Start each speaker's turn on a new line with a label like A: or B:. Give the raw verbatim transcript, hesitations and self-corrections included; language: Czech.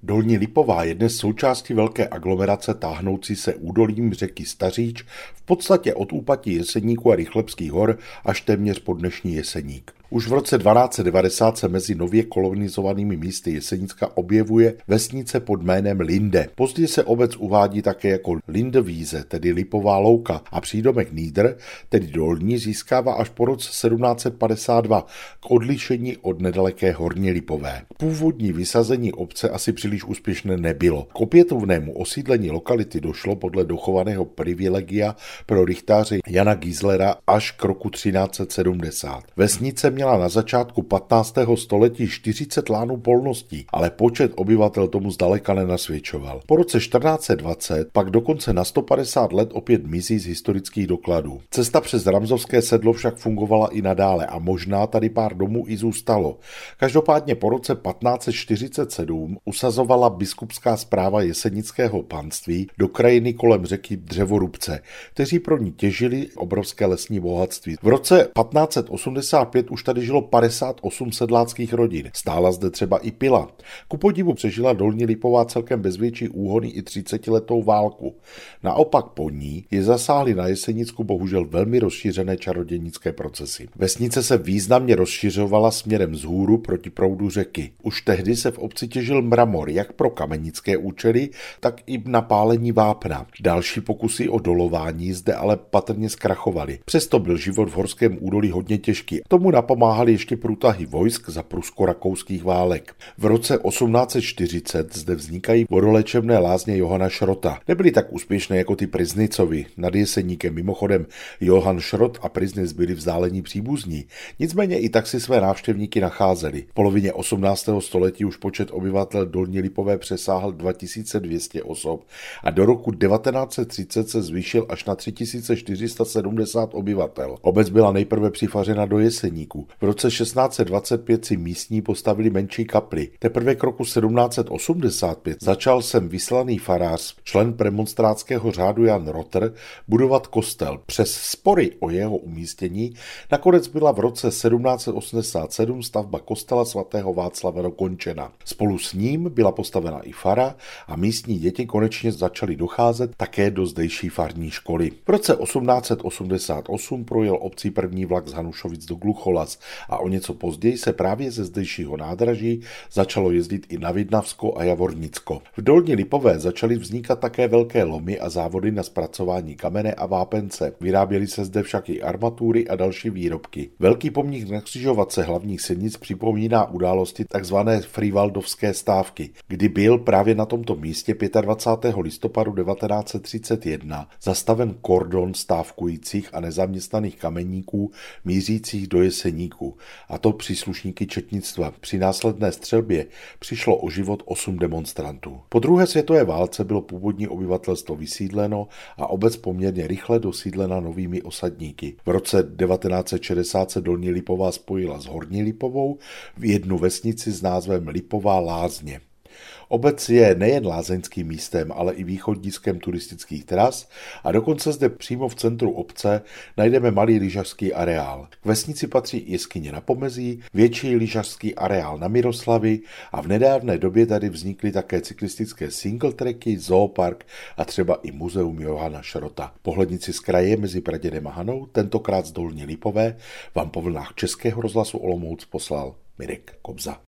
A: Dolní Lipová je dnes součástí velké aglomerace táhnoucí se údolím řeky Staříč, v podstatě od úpatí Jeseníku a Rychlebských hor až téměř po dnešní Jeseník. Už v roce dvanáct set devadesát se mezi nově kolonizovanými místy Jesenicka objevuje vesnice pod jménem Linde. Později se obec uvádí také jako Lindewiese, tedy Lipová louka, a přídomek Nieder, tedy Dolní, získává až po roce sedmnáct set padesát dva k odlišení od nedaleké Horní Lipové. Původní vysazení obce asi příliš úspěšné nebylo. K opětovnému osídlení lokality došlo podle dochovaného privilegia pro rychtáře Jana Gieslera až k roku třináct set sedmdesát. Vesnice měla na začátku patnáctého století čtyřicet lánů polností, ale počet obyvatel tomu zdaleka nenasvědčoval. Po roce čtrnáct set dvacet pak dokonce na sto padesát let opět mizí z historických dokladů. Cesta přes Ramzovské sedlo však fungovala i nadále a možná tady pár domů i zůstalo. Každopádně po roce patnáct set čtyřicet sedm usazovala biskupská správa jesenického panství do krajiny kolem řeky Dřevorubce, kteří pro ní těžili obrovské lesní bohatství. V roce patnáct set osmdesát pět už tady žilo padesát osm sedláckých rodin. Stála zde třeba i pila. Ku podivu přežila Dolní Lipová celkem bez větší úhony i třicetiletou válku. Naopak po ní je zasáhly na Jesenicku bohužel velmi rozšířené čarodějnické procesy. Vesnice se významně rozšiřovala směrem vzhůru proti proudu řeky. Už tehdy se v obci těžil mramor jak pro kamenické účely, tak i na pálení vápna. Další pokusy o dolování zde ale patrně zkrachovaly. Přesto byl život v horském údolí hodně těžký. K tomu napomáhaly ještě průtahy vojsk za prusko-rakouských válek. V roce osmnáct set čtyřicet zde vznikají vodoléčebné lázně Johana Šrota. Nebyly tak úspěšné jako ty Pryznicovi. Nad Jeseníkem mimochodem Johann Šrot a Pryznic byli vzdálení příbuzní. Nicméně i tak si své návštěvníky nacházeli. V polovině osmnáctého století už počet obyvatel Dolní Lipové přesáhl dva tisíce dvě stě osob a do roku devatenáct set třicet se zvýšil až na tři tisíce čtyři sta sedmdesát obyvatel. Obec byla nejprve přifařena do Jeseníku. V roce šestnáct set dvacet pět si místní postavili menší kapli. Teprve k roku sedmnáct set osmdesát pět začal sem vyslaný farář, člen premonstrátského řádu Jan Rotter, budovat kostel. Přes spory o jeho umístění nakonec byla v roce sedmnáct set osmdesát sedm stavba kostela svatého Václava dokončena. Spolu s ním byla postavena i fara a místní děti konečně začaly docházet také do zdejší farní školy. V roce osmnáct set osmdesát osm projel obcí první vlak z Hanušovic do Glucholas a o něco později se právě ze zdejšího nádraží začalo jezdit i na Vidnavsko a Javornicko. V Dolní Lipové začaly vznikat také velké lomy a závody na zpracování kamene a vápence. Vyráběly se zde však i armatury a další výrobky. Velký pomník na křižovatce hlavních silnic připomíná události tzv. Frývaldovské stávky, kdy byl právě na tomto místě dvacátého pátého listopadu devatenáct set třicet jedna zastaven kordon stávkujících a nezaměstnaných kameníků mířících do Jeseníku, a to příslušníky četnictva. Při následné střelbě přišlo o život osm demonstrantů. Po druhé světové válce bylo původní obyvatelstvo vysídleno a obec poměrně rychle dosídlena novými osadníky. V roce devatenáct set šedesát se Dolní Lipová spojila s Horní Lipovou v jednu vesnici s názvem Lipová Lázně. Obec je nejen lázeňským místem, ale i východiskem turistických tras a dokonce zde přímo v centru obce najdeme malý lyžařský areál. K vesnici patří jeskyně na Pomezí, větší lyžařský areál na Miroslavi a v nedávné době tady vznikly také cyklistické singletracky, zoopark a třeba i muzeum Johana Šrota. Pohlednici z kraje mezi Pradědem a Hanou, tentokrát z Dolní Lipové, vám po vlnách Českého rozhlasu Olomouc poslal Mirek Kobza.